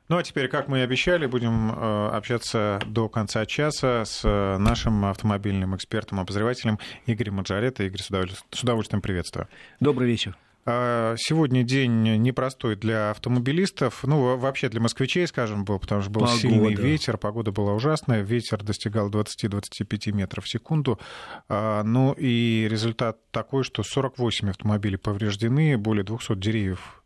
Ну а теперь, как мы и обещали, будем общаться до конца часа с нашим автомобильным экспертом, обозревателем Игорем Маджаретто. Игорь, с удовольствием приветствую. Добрый вечер. Сегодня день непростой для автомобилистов, ну, вообще для москвичей, скажем, был, потому что был сильный ветер, погода была ужасная, ветер достигал 20-25 метров в секунду. Ну и результат такой, что 48 автомобилей повреждены, более 200 деревьев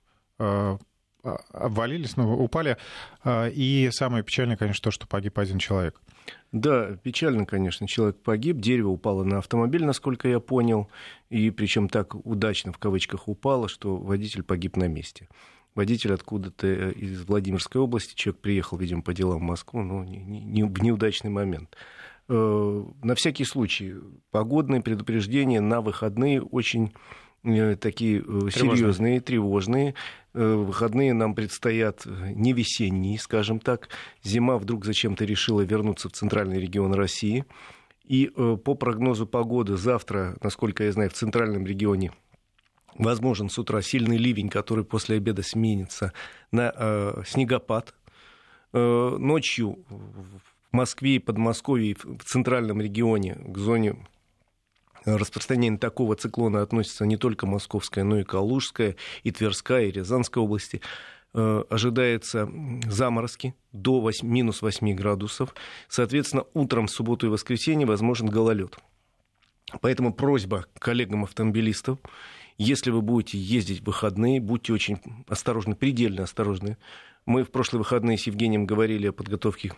обвалились, упали. И самое печальное, конечно, то, что погиб один человек. Да, печально, конечно, человек погиб, дерево упало на автомобиль, насколько я понял, и причем так удачно, в кавычках, упало, что водитель погиб на месте. Водитель откуда-то из Владимирской области, человек приехал, видимо, по делам в Москву, но в неудачный момент. На всякий случай, погодные предупреждения на выходные очень такие серьезные, тревожные. Выходные нам предстоят не весенние, скажем так. Зима вдруг зачем-то решила вернуться в центральный регион России. И по прогнозу погоды завтра, насколько я знаю, в центральном регионе возможен с утра сильный ливень, который после обеда сменится на снегопад. Ночью в Москве и Подмосковье, в центральном регионе, к зоне распространение такого циклона относится не только Московская, но и Калужская, и Тверская, и Рязанская области. Ожидаются заморозки до минус 8 градусов. Соответственно, утром в субботу и воскресенье возможен гололед. Поэтому просьба коллегам-автомобилистам, если вы будете ездить в выходные, будьте очень осторожны, предельно осторожны. Мы в прошлые выходные с Евгением говорили о подготовке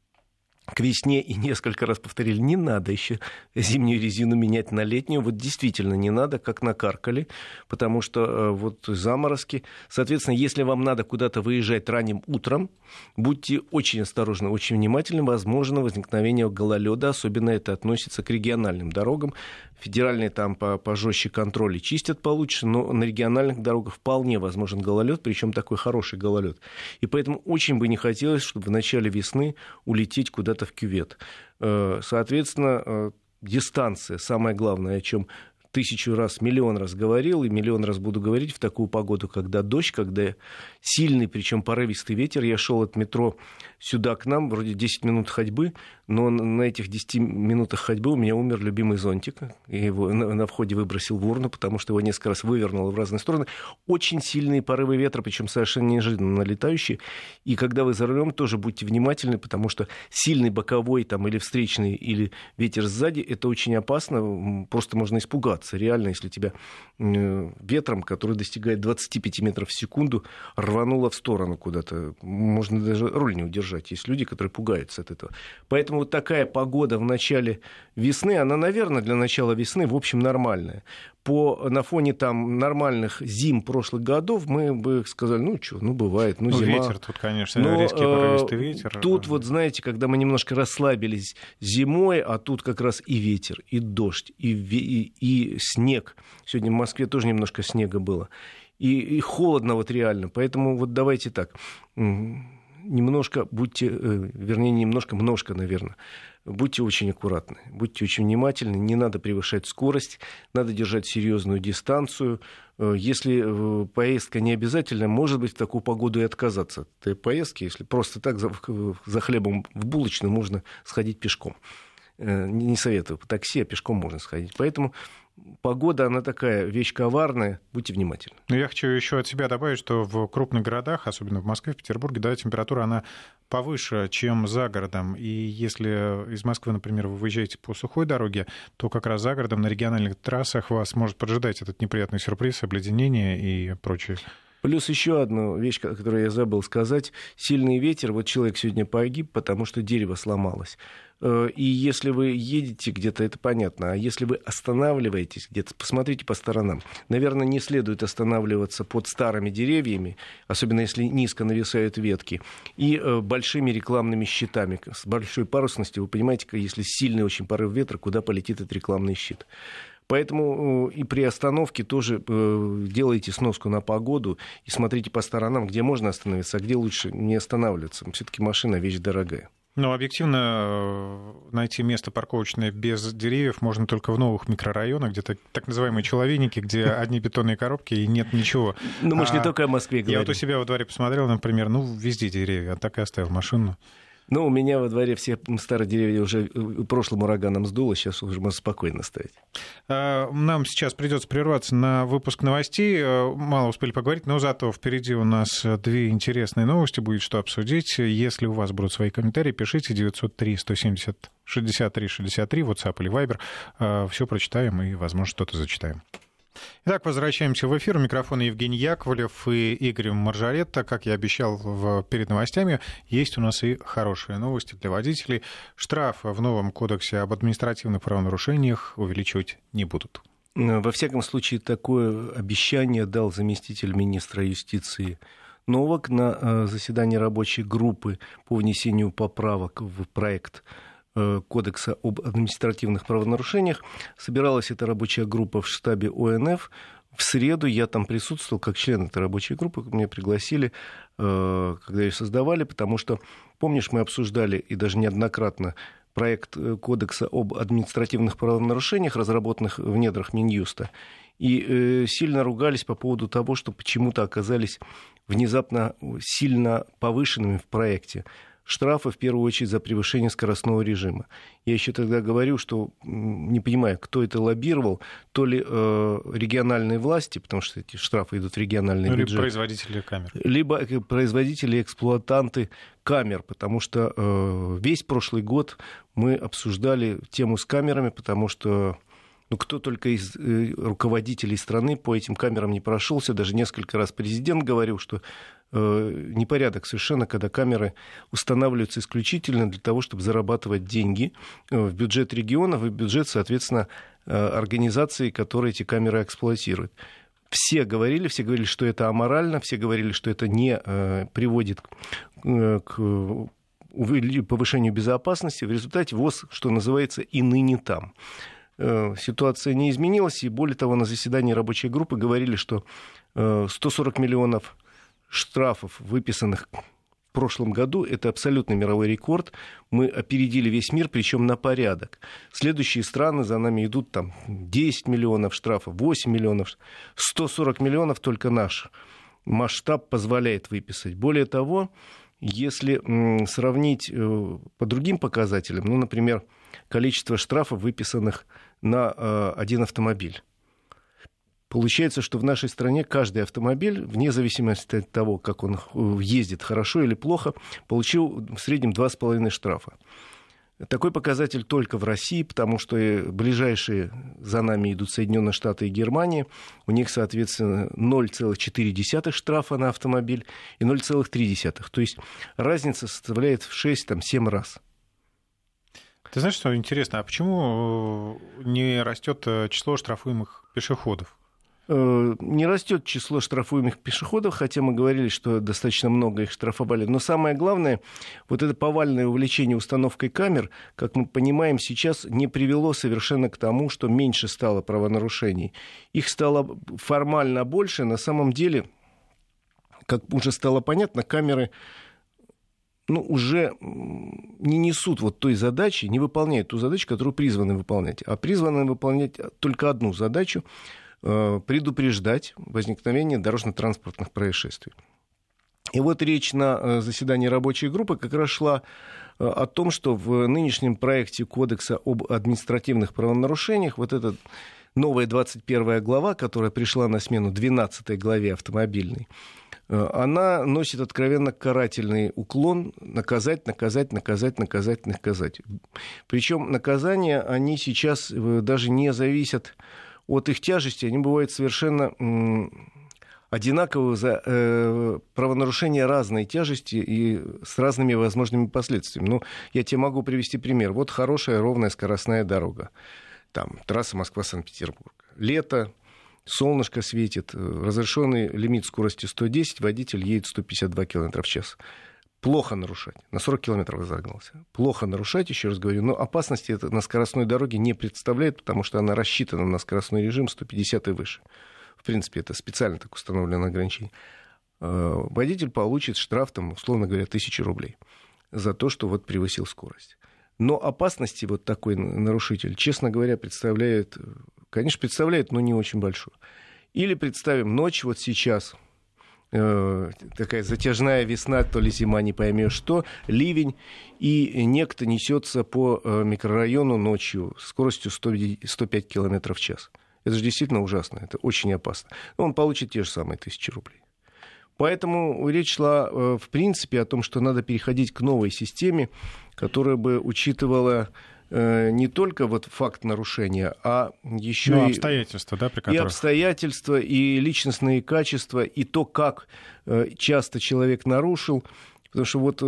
к весне и несколько раз повторили, не надо еще зимнюю резину менять на летнюю. Вот действительно не надо, как накаркали, потому что вот заморозки. Соответственно, если вам надо куда-то выезжать ранним утром, будьте очень осторожны, очень внимательны. Возможно возникновение гололеда, особенно это относится к региональным дорогам. Федеральные там пожестче контроли чистят получше, но на региональных дорогах вполне возможен гололед, причем такой хороший гололед. И поэтому очень бы не хотелось, чтобы в начале весны улететь куда-то в кювет. Соответственно, дистанция, самое главное, о чем 1000 раз, миллион раз говорил, и миллион раз буду говорить в такую погоду, когда дождь, когда сильный, причем порывистый ветер. Я шел от метро сюда к нам, вроде 10 минут ходьбы, но на этих 10 минутах ходьбы у меня умер любимый зонтик. Я его на входе выбросил в урну, потому что его несколько раз вывернуло в разные стороны. Очень сильные порывы ветра, причем совершенно неожиданно налетающие. И когда вы за рулем, тоже будьте внимательны, потому что сильный боковой там, или встречный, или ветер сзади, это очень опасно, просто можно испугаться. Реально, если тебя ветром, который достигает 25 метров в секунду, рвануло в сторону куда-то, можно даже руль не удержать. Есть люди, которые пугаются от этого. Поэтому вот такая погода в начале весны, она, наверное, для начала весны, в общем, нормальная. На фоне там нормальных зим прошлых годов мы бы сказали, бывает, зима. Ветер тут, конечно, резкий порывистый ветер. Тут вот, знаете, когда мы немножко расслабились зимой, а тут как раз и ветер, и дождь, и снег. Сегодня в Москве тоже немножко снега было. И холодно вот реально. Поэтому вот давайте так, немножко, наверное, будьте очень аккуратны, будьте очень внимательны, не надо превышать скорость, надо держать серьезную дистанцию. Если поездка не обязательна, может быть, в такую погоду и отказаться от этой поездки. Если просто так за хлебом в булочную можно сходить пешком. Не советую по такси, а пешком можно сходить. Поэтому погода, она такая вещь коварная, будьте внимательны. Но я хочу еще от себя добавить, что в крупных городах, особенно в Москве, в Петербурге, да, температура, она повыше, чем за городом. И если из Москвы, например, вы выезжаете по сухой дороге, то как раз за городом на региональных трассах вас может поджидать этот неприятный сюрприз, обледенение и прочее. Плюс еще одну вещь, которую я забыл сказать. Сильный ветер. Вот человек сегодня погиб, потому что дерево сломалось. И если вы едете где-то, это понятно. А если вы останавливаетесь где-то, посмотрите по сторонам. Наверное, не следует останавливаться под старыми деревьями, особенно если низко нависают ветки, и большими рекламными щитами. С большой парусностью, вы понимаете, если сильный очень порыв ветра, куда полетит этот рекламный щит. Поэтому и при остановке тоже делайте сноску на погоду и смотрите по сторонам, где можно остановиться, а где лучше не останавливаться. Все-таки машина — вещь дорогая. Но объективно найти место парковочное без деревьев можно только в новых микрорайонах, где так называемые человейники, где одни бетонные коробки и нет ничего. Ну, мы же не только о Москве говорим. Я вот у себя во дворе посмотрел, например, везде деревья, так и оставил машину. Ну, у меня во дворе все старые деревья уже прошлым ураганом сдуло, сейчас уже можно спокойно ставить. Нам сейчас придется прерваться на выпуск новостей. Мало успели поговорить, но зато впереди у нас две интересные новости, будет что обсудить. Если у вас будут свои комментарии, пишите 903-170-63-63, WhatsApp или Viber. Все прочитаем и, возможно, что-то зачитаем. Итак, возвращаемся в эфир. У микрофона Евгений Яковлев и Игорь Маржаретта. Как я обещал перед новостями, есть у нас и хорошие новости для водителей. Штраф в новом кодексе об административных правонарушениях увеличивать не будут. Во всяком случае, такое обещание дал заместитель министра юстиции Новак на заседании рабочей группы по внесению поправок в проект Кодекса об административных правонарушениях. Собиралась эта рабочая группа в штабе ОНФ. В среду я там присутствовал как член этой рабочей группы. Меня пригласили, когда ее создавали, потому что, помнишь, мы обсуждали, и даже неоднократно, проект Кодекса об административных правонарушениях, разработанных в недрах Минюста, и сильно ругались по поводу того, что почему-то оказались внезапно сильно повышенными в проекте штрафы, в первую очередь, за превышение скоростного режима. Я еще тогда говорю, что не понимаю, кто это лоббировал, то ли региональные власти, потому что эти штрафы идут в региональный бюджет. Либо производители камер. Либо производители, эксплуатанты камер, потому что весь прошлый год мы обсуждали тему с камерами, потому что кто только из руководителей страны по этим камерам не прошелся, даже несколько раз президент говорил, что непорядок совершенно, когда камеры устанавливаются исключительно для того, чтобы зарабатывать деньги в бюджет регионов и в бюджет, соответственно, организаций, которые эти камеры эксплуатируют. Все говорили, что это аморально, все говорили, что это не приводит к повышению безопасности. В результате ВОЗ, что называется, и ныне там. Ситуация не изменилась, и более того, на заседании рабочей группы говорили, что 140 миллионов штрафов, выписанных в прошлом году, это абсолютно мировой рекорд. Мы опередили весь мир, причем на порядок. Следующие страны за нами идут, там 10 миллионов штрафов, 8 миллионов, 140 миллионов только наш масштаб позволяет выписать. Более того, если сравнить по другим показателям, например, количество штрафов, выписанных на один автомобиль. Получается, что в нашей стране каждый автомобиль, вне зависимости от того, как он ездит, хорошо или плохо, получил в среднем 2,5 штрафа. Такой показатель только в России, потому что ближайшие за нами идут Соединенные Штаты и Германия. У них, соответственно, 0,4 штрафа на автомобиль и 0,3. То есть разница составляет в 6-7 раз. Ты знаешь, что интересно, а почему не растет число штрафуемых пешеходов? Не растет число штрафуемых пешеходов, хотя мы говорили, что достаточно много их штрафовали. Но самое главное, вот это повальное увлечение установкой камер, как мы понимаем, сейчас не привело совершенно к тому, что меньше стало правонарушений. Их стало формально больше. На самом деле, как уже стало понятно, камеры уже не несут вот той задачи, не выполняют ту задачу, которую призваны выполнять. А призваны выполнять только одну задачу — предупреждать возникновение дорожно-транспортных происшествий. И вот речь на заседании рабочей группы как раз шла о том, что в нынешнем проекте Кодекса об административных правонарушениях вот эта новая 21 глава, которая пришла на смену 12 главе автомобильной, она носит откровенно карательный уклон: наказать. Причем наказания, они сейчас даже не зависят от их тяжести, они бывают совершенно одинаковые за правонарушения разной тяжести и с разными возможными последствиями. Я тебе могу привести пример. Вот хорошая ровная скоростная дорога. Там трасса Москва-Санкт-Петербург. Лето, солнышко светит, разрешенный лимит скорости 110, водитель едет 152 км в час. Плохо нарушать. На 40 километров загнался. Плохо нарушать, еще раз говорю, но опасности это на скоростной дороге не представляет, потому что она рассчитана на скоростной режим 150 и выше. В принципе, это специально так установлено ограничение. Водитель получит штраф, условно говоря, 1000 рублей. за то, что вот превысил скорость. Но опасности вот такой нарушитель, честно говоря, представляет, но не очень большую. Или представим ночь вот сейчас, такая затяжная весна, то ли зима, не поймешь что, ливень, и некто несется по микрорайону ночью с скоростью 105 км в час. Это же действительно ужасно, это очень опасно. Он получит те же самые 1000 рублей. Поэтому речь шла, в принципе, о том, что надо переходить к новой системе, которая бы учитывала не только вот факт нарушения, а еще и обстоятельства, да, при которых... и обстоятельства, и личностные качества, и то, как часто человек нарушил. Потому что вот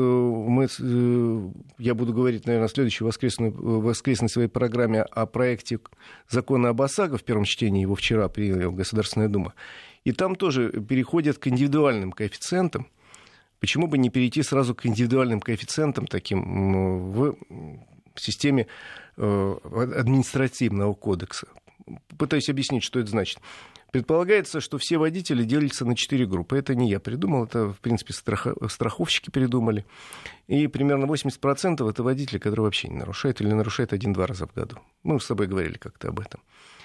я буду говорить, наверное, в следующей воскресной своей программе о проекте закона об ОСАГО, в первом чтении его вчера приняла Государственная Дума. И там тоже переходят к индивидуальным коэффициентам. Почему бы не перейти сразу к индивидуальным коэффициентам таким в системе административного кодекса? Пытаюсь объяснить, что это значит. Предполагается, что все водители делятся на 4 группы. Это не я придумал, это, в принципе, страховщики придумали. И примерно 80% это водители, которые вообще не нарушают или нарушают 1-2 раза в году. Мы с собой говорили как-то об этом.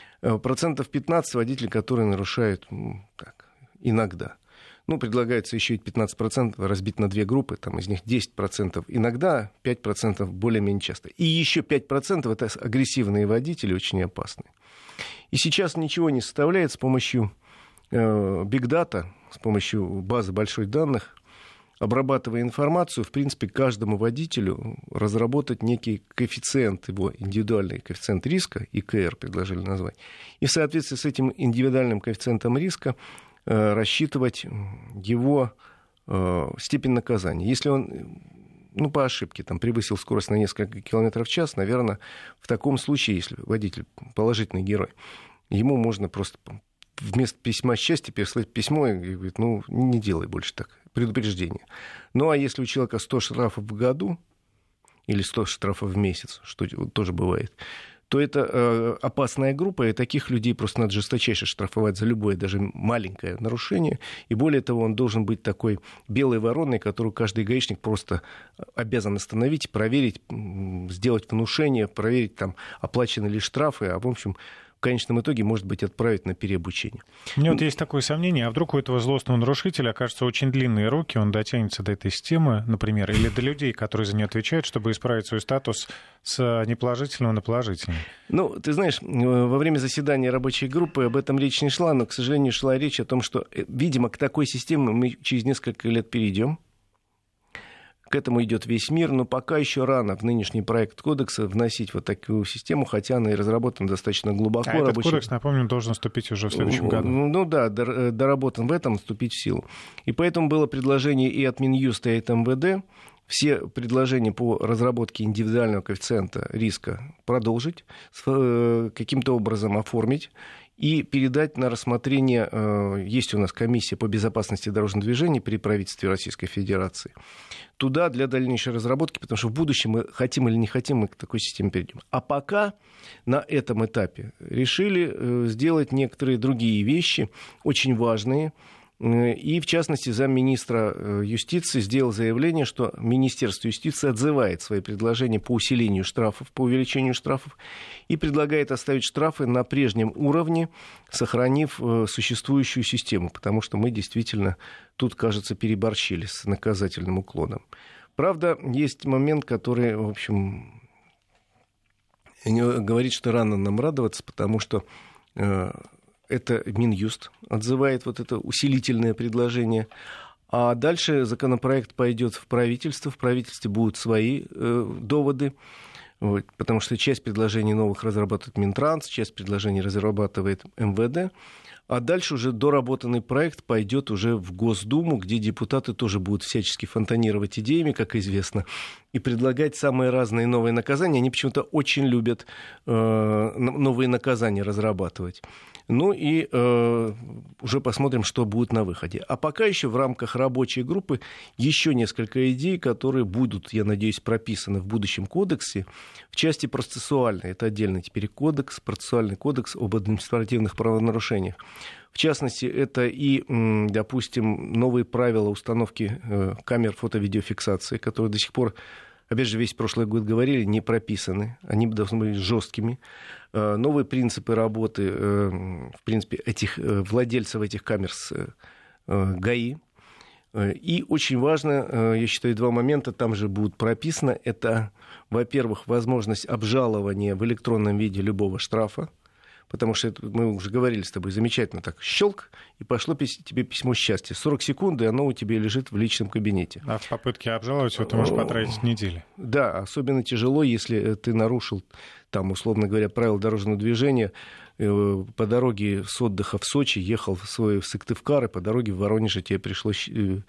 15% водителей, которые нарушают так, иногда. Предлагается еще и 15% разбить на 2 группы, там из них 10% иногда, 5% более-менее часто. И еще 5% это агрессивные водители, очень опасные. И сейчас ничего не составляет с помощью Big Data, с помощью базы больших данных, обрабатывая информацию, в принципе, каждому водителю разработать некий коэффициент, его индивидуальный коэффициент риска, ИКР предложили назвать, и в соответствии с этим индивидуальным коэффициентом риска рассчитывать его степень наказания. Если он по ошибке превысил скорость на несколько километров в час, наверное, в таком случае, если водитель положительный герой, ему можно просто вместо письма счастья переслать письмо и говорит, не делай больше так, предупреждение. А если у человека 100 штрафов в году или 100 штрафов в месяц, что тоже бывает, то это опасная группа, и таких людей просто надо жесточайше штрафовать за любое, даже маленькое нарушение. И более того, он должен быть такой белой вороной, которую каждый гаишник просто обязан остановить, проверить, сделать внушение, проверить, оплачены ли штрафы, а в общем... в конечном итоге, может быть, отправить на переобучение. У меня есть такое сомнение, а вдруг у этого злостного нарушителя окажутся очень длинные руки, он дотянется до этой системы, например, или до людей, которые за нее отвечают, чтобы исправить свой статус с неположительного на положительный? Ты знаешь, во время заседания рабочей группы об этом речь не шла, но, к сожалению, шла речь о том, что, видимо, к такой системе мы через несколько лет перейдем. К этому идет весь мир, но пока еще рано в нынешний проект кодекса вносить вот такую систему, хотя она и разработана достаточно глубоко. Этот кодекс, напомню, должен вступить уже в следующем году. Доработан в этом, вступить в силу. И поэтому было предложение и от Минюста, и от МВД все предложения по разработке индивидуального коэффициента риска продолжить, каким-то образом оформить и передать на рассмотрение, есть у нас комиссия по безопасности дорожного движения при правительстве Российской Федерации, туда для дальнейшей разработки, потому что в будущем мы хотим или не хотим, мы к такой системе перейдем. А пока на этом этапе решили сделать некоторые другие вещи, очень важные. И, в частности, замминистра юстиции сделал заявление, что Министерство юстиции отзывает свои предложения по усилению штрафов, по увеличению штрафов, и предлагает оставить штрафы на прежнем уровне, сохранив существующую систему, потому что мы действительно тут, кажется, переборщили с наказательным уклоном. Правда, есть момент, который, в общем, говорит, что рано нам радоваться, потому что... это Минюст отзывает вот это усилительное предложение. А дальше законопроект пойдет в правительство. В правительстве будут свои доводы. Потому что часть предложений новых разрабатывает Минтранс, часть предложений разрабатывает МВД. А дальше уже доработанный проект пойдет уже в Госдуму, где депутаты тоже будут всячески фонтанировать идеями, как известно, и предлагать самые разные новые наказания. Они почему-то очень любят новые наказания разрабатывать. И уже посмотрим, что будет на выходе. А пока еще в рамках рабочей группы еще несколько идей, которые будут, я надеюсь, прописаны в будущем кодексе в части процессуальной. Это отдельно теперь кодекс, процессуальный кодекс об административных правонарушениях. В частности, это и, допустим, новые правила установки камер фото-видеофиксации, которые до сих пор, опять же, весь прошлый год говорили, не прописаны. Они должны быть жесткими. Новые принципы работы, в принципе, владельцев этих камер с ГАИ. И очень важно, я считаю, два момента там же будут прописаны. Это, во-первых, возможность обжалования в электронном виде любого штрафа. Потому что мы уже говорили с тобой, замечательно так, щелк, и пошло тебе письмо счастья. 40 секунд, и оно у тебя лежит в личном кабинете. А в попытке обжаловать ты можешь потратить недели. Да, особенно тяжело, если ты нарушил, там, условно говоря, правила дорожного движения, по дороге с отдыха в Сочи ехал в Сыктывкар, и по дороге в Воронеже тебе пришлось...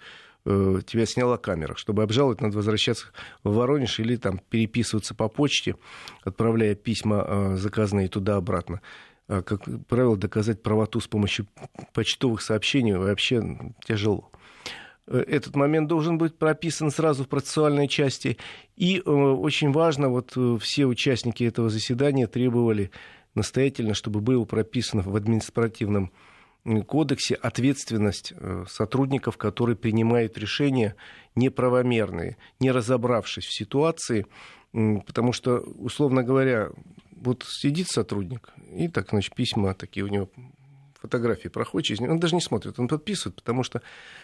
тебя сняла камера. Чтобы обжаловать, надо возвращаться в Воронеж или там переписываться по почте, отправляя письма заказанные туда-обратно. Как правило, доказать правоту с помощью почтовых сообщений вообще тяжело. Этот момент должен быть прописан сразу в процессуальной части. И очень важно, вот все участники этого заседания требовали настоятельно, чтобы было прописано в административном кодексе ответственность сотрудников, которые принимают решения неправомерные, не разобравшись в ситуации, потому что, условно говоря, вот сидит сотрудник, и так, значит, письма такие у него, фотографии проходят через него, он даже не смотрит, он подписывает, потому что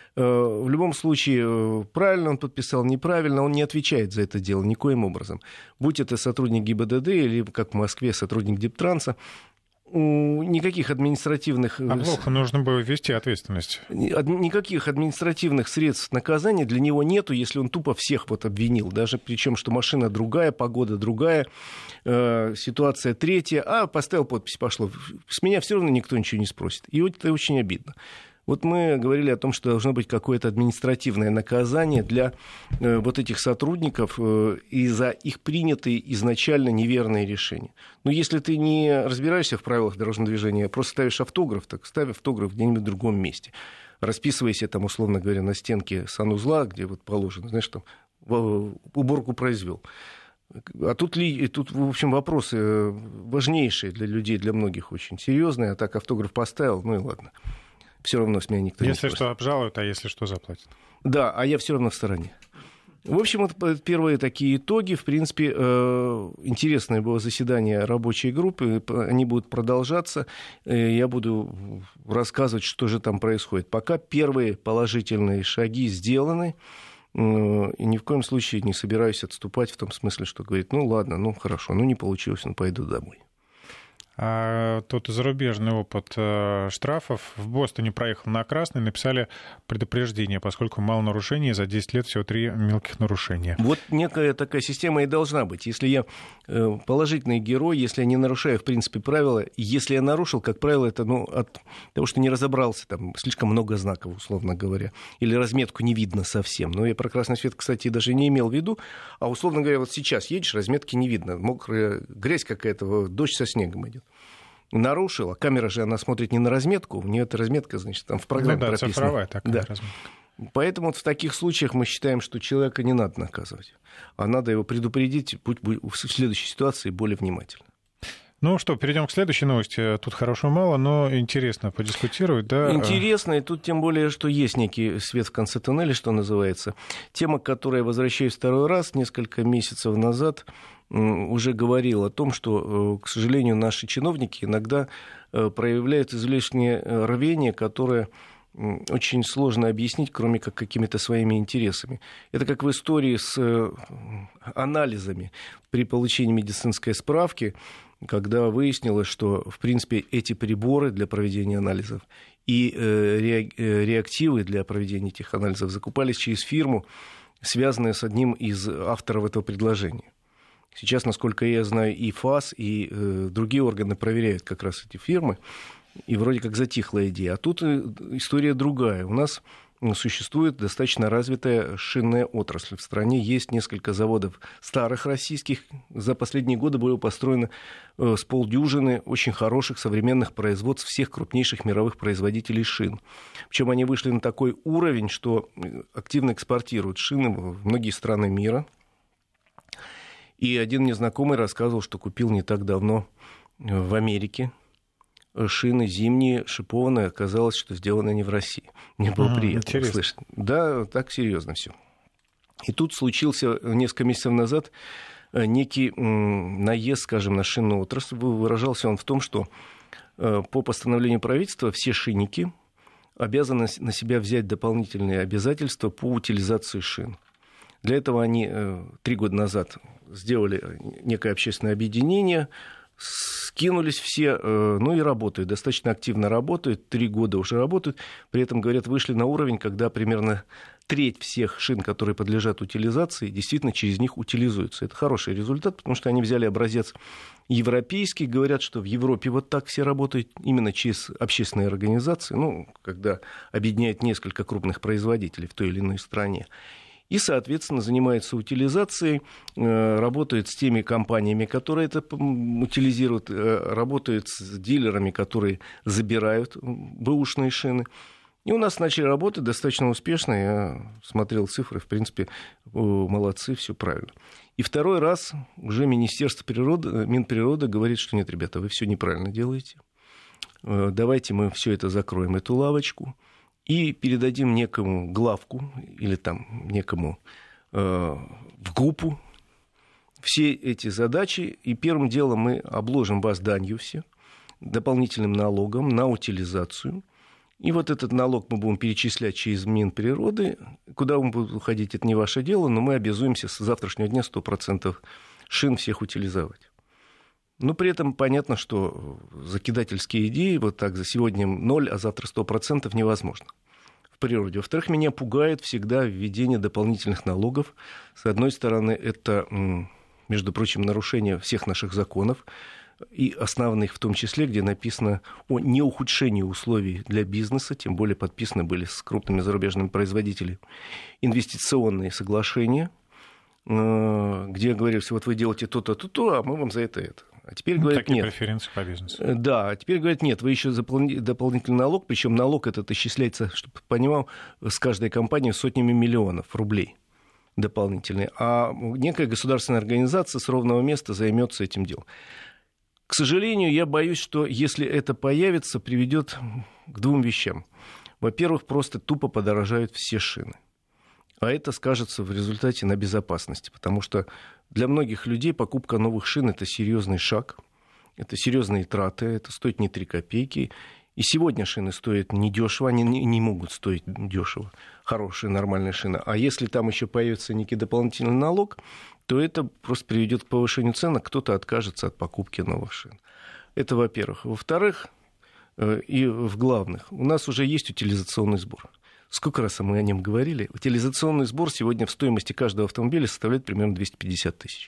в любом случае правильно он подписал, неправильно, он не отвечает за это дело никоим образом. Будь это сотрудник ГИБДД или, как в Москве, сотрудник Дептранса, никаких административных... А плохо, нужно было ввести ответственность. Никаких административных средств наказания для него нету, если он тупо всех вот обвинил. Даже причем, что машина другая, погода другая, ситуация третья. А, поставил подпись, пошло. С меня все равно никто ничего не спросит. И вот это очень обидно. Вот мы говорили о том, что должно быть какое-то административное наказание для вот этих сотрудников и за их принятые изначально неверные решения. Но если ты не разбираешься в правилах дорожного движения, просто ставишь автограф, так ставь автограф где-нибудь в другом месте. Расписывайся там, условно говоря, на стенке санузла, где вот положено, знаешь, там уборку произвел. А тут, в общем, вопросы важнейшие для людей, для многих очень серьезные. А так автограф поставил, ну и ладно. Все равно с меня никто не спросит. Если что, обжалуют, а если что, заплатят. Да, а я все равно в стороне. В общем, вот первые такие итоги. В принципе, интересное было заседание рабочей группы. Они будут продолжаться. Я буду рассказывать, что же там происходит. Пока первые положительные шаги сделаны. И ни в коем случае не собираюсь отступать в том смысле, что говорит, ну ладно, ну хорошо, ну не получилось, ну пойду домой. А тот зарубежный опыт штрафов. В Бостоне проехал на красный, написали предупреждение, поскольку мало нарушений, за 10 лет всего 3 мелких нарушения. Вот некая такая система и должна быть. Если я положительный герой, если я не нарушаю, в принципе, правила, если я нарушил, как правило, это от того, что не разобрался, там слишком много знаков, условно говоря, или разметку не видно совсем. Но я про красный свет, кстати, даже не имел в виду. А, условно говоря, вот сейчас едешь, разметки не видно. Мокрая грязь какая-то, дождь со снегом идет. Нарушил, а камера же, она смотрит не на разметку, у нее эта разметка, значит, там в программе прописана. Цифровая такая разметка. Поэтому вот в таких случаях мы считаем, что человека не надо наказывать, а надо его предупредить, будь в следующей ситуации более внимательно. Ну что, перейдем к следующей новости. Тут хорошего мало, но интересно подискутировать, да? Интересно, и тут тем более, что есть некий свет в конце тоннеля, что называется. Тема, к которой я возвращаюсь второй раз, несколько месяцев назад уже говорил о том, что, к сожалению, наши чиновники иногда проявляют излишнее рвение, которое очень сложно объяснить, кроме как какими-то своими интересами. Это как в истории с анализами при получении медицинской справки, когда выяснилось, что, в принципе, эти приборы для проведения анализов и реактивы для проведения этих анализов закупались через фирму, связанную с одним из авторов этого предложения. Сейчас, насколько я знаю, и ФАС, и другие органы проверяют как раз эти фирмы, и вроде как затихла идея. А тут история другая. У нас существует достаточно развитая шинная отрасль. В стране есть несколько заводов старых российских. За последние годы было построено с полдюжины очень хороших современных производств всех крупнейших мировых производителей шин. Причем они вышли на такой уровень, что активно экспортируют шины в многие страны мира. И один мне знакомый рассказывал, что купил не так давно в Америке шины зимние, шипованные, оказалось, что сделаны не в России. Мне было приятно слышать. Да, так серьезно все. И тут случился несколько месяцев назад некий наезд, скажем, на шинную отрасль. Выражался он в том, что по постановлению правительства все шинники обязаны на себя взять дополнительные обязательства по утилизации шин. Для этого они 3 года назад сделали некое общественное объединение, скинулись все, ну и работают, достаточно активно работают, 3 года уже работают, при этом, говорят, вышли на уровень, когда примерно треть всех шин, которые подлежат утилизации, действительно через них утилизуются. Это хороший результат, потому что они взяли образец европейский, говорят, что в Европе вот так все работают, именно через общественные организации, ну, когда объединяют несколько крупных производителей в той или иной стране. И, соответственно, занимаются утилизацией, работают с теми компаниями, которые это утилизируют, работают с дилерами, которые забирают бэушные шины. И у нас начали работать достаточно успешно. Я смотрел цифры, в принципе, молодцы, все правильно. И второй раз уже Министерство природы, Минприроды говорит, что нет, ребята, вы все неправильно делаете. Давайте мы все это закроем, эту лавочку, и передадим некому главку или там некому в ГУПу все эти задачи. И первым делом мы обложим вас данью все, дополнительным налогом на утилизацию. И вот этот налог мы будем перечислять через Минприроды. Куда он будет уходить, это не ваше дело, но мы обязуемся с завтрашнего дня 100% шин всех утилизовать. Но при этом понятно, что закидательские идеи вот так за сегодня 0, а завтра 100% невозможно в природе. Во-вторых, меня пугает всегда введение дополнительных налогов. С одной стороны, это, между прочим, нарушение всех наших законов, и основных в том числе, где написано о неухудшении условий для бизнеса, тем более подписаны были с крупными зарубежными производителями инвестиционные соглашения, где говорилось, вот вы делаете то-то, то-то, а мы вам за это. А теперь говорят, такие нет. преференции по бизнесу. Да, а теперь говорят, нет, вы еще дополнительный налог, причем налог этот исчисляется, чтобы ты понимал, с каждой компанией сотнями миллионов рублей дополнительные, а некая государственная организация с ровного места займется этим делом. К сожалению, я боюсь, что если это появится, приведет к 2 вещам. Во-первых, просто тупо подорожают все шины. А это скажется в результате на безопасности, потому что для многих людей покупка новых шин – это серьезный шаг, это серьезные траты, это стоит не 3 копейки. И сегодня шины стоят недешево, они не могут стоить дешево, хорошие, нормальные шины. А если там еще появится некий дополнительный налог, то это просто приведет к повышению цен, а кто-то откажется от покупки новых шин. Это во-первых. Во-вторых, и в главных, у нас уже есть утилизационный сбор. Сколько раз мы о нем говорили? Утилизационный сбор сегодня в стоимости каждого автомобиля составляет примерно 250 тысяч.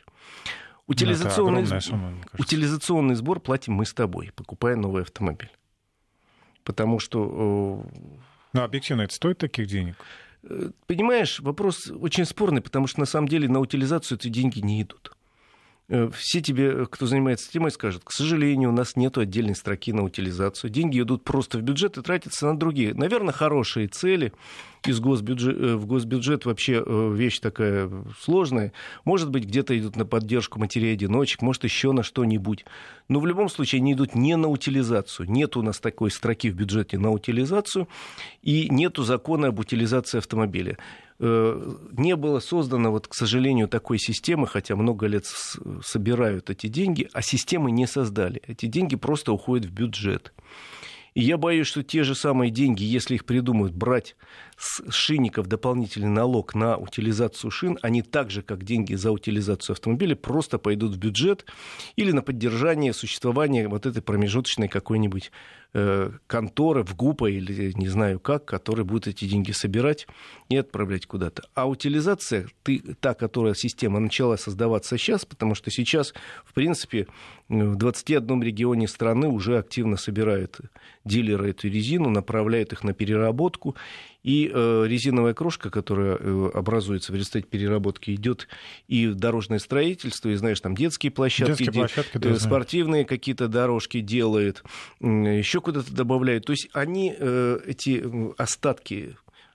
Утилизационный сбор платим мы с тобой, покупая новый автомобиль. Потому что... Ну, объективно, это стоит таких денег? Понимаешь, вопрос очень спорный, потому что на самом деле на утилизацию эти деньги не идут. Все тебе, кто занимается темой, скажут, к сожалению, у нас нет отдельной строки на утилизацию. Деньги идут просто в бюджет и тратятся на другие. Наверное, хорошие цели. В госбюджет вообще вещь такая сложная. Может быть, где-то идут на поддержку матерей-одиночек, может, еще на что-нибудь. Но в любом случае они идут не на утилизацию. Нет у нас такой строки в бюджете на утилизацию. И нету закона об утилизации автомобиля. Не было создано, вот, к сожалению, такой системы, хотя много лет собирают эти деньги, а системы не создали. Эти деньги просто уходят в бюджет. И я боюсь, что те же самые деньги, если их придумают брать с шинников дополнительный налог на утилизацию шин, они так же, как деньги за утилизацию автомобиля, просто пойдут в бюджет или на поддержание существования вот этой промежуточной какой-нибудь конторы в ГУПа или не знаю как, которая будет эти деньги собирать и отправлять куда-то. А утилизация, та, которая система начала создаваться сейчас, потому что сейчас, в принципе, в 21 регионе страны уже активно собирают дилеры эту резину, направляют их на переработку. И резиновая крошка, которая образуется в результате переработки, идет и в дорожное строительство, и, знаешь, там детские площадки спортивные какие-то дорожки делают, еще куда-то добавляют. То есть они, эти остатки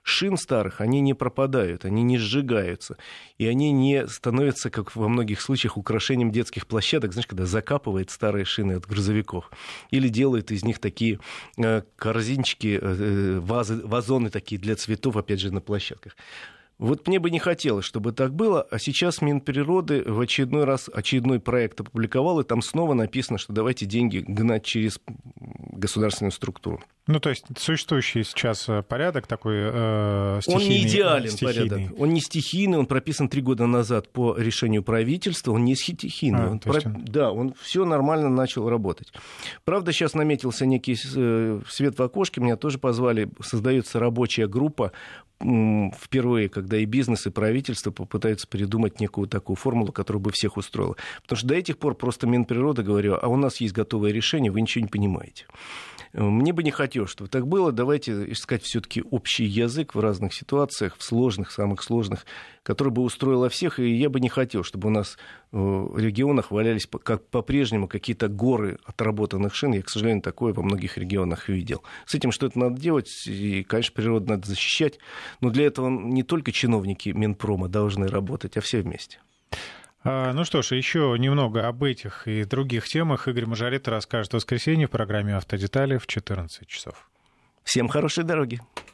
шин старых, они не пропадают, они не сжигаются, и они не становятся, как во многих случаях, украшением детских площадок, знаешь, когда закапывает старые шины от грузовиков, или делают из них такие корзинчики, вазоны такие для цветов, опять же, на площадках. Вот мне бы не хотелось, чтобы так было, а сейчас Минприроды в очередной раз очередной проект опубликовал, и там снова написано, что давайте деньги гнать через государственную структуру. Ну, то есть существующий сейчас порядок такой стихийный. Он не идеален порядок. Он не стихийный, он прописан 3 года назад по решению правительства, он не стихийный. Да, он все нормально начал работать. Правда, сейчас наметился некий свет в окошке, меня тоже позвали, создается рабочая группа, впервые, когда и бизнес, и правительство попытаются придумать некую такую формулу, которая бы всех устроила. Потому что до этих пор просто Минприрода говорила, а у нас есть готовое решение, вы ничего не понимаете. Мне бы не хотелось, чтобы так было. Давайте искать все-таки общий язык в разных ситуациях, в сложных, самых сложных, который бы устроил всех. И я бы не хотел, чтобы у нас в регионах валялись как по-прежнему какие-то горы отработанных шин. Я, к сожалению, такое во многих регионах видел. С этим что-то надо делать. И, конечно, природу надо защищать. Но для этого не только чиновники Минпрома должны работать, а все вместе. Ну что ж, еще немного об этих и других темах Игорь Мажоретто расскажет в воскресенье в программе «Автодетали» в 14 часов. Всем хорошей дороги.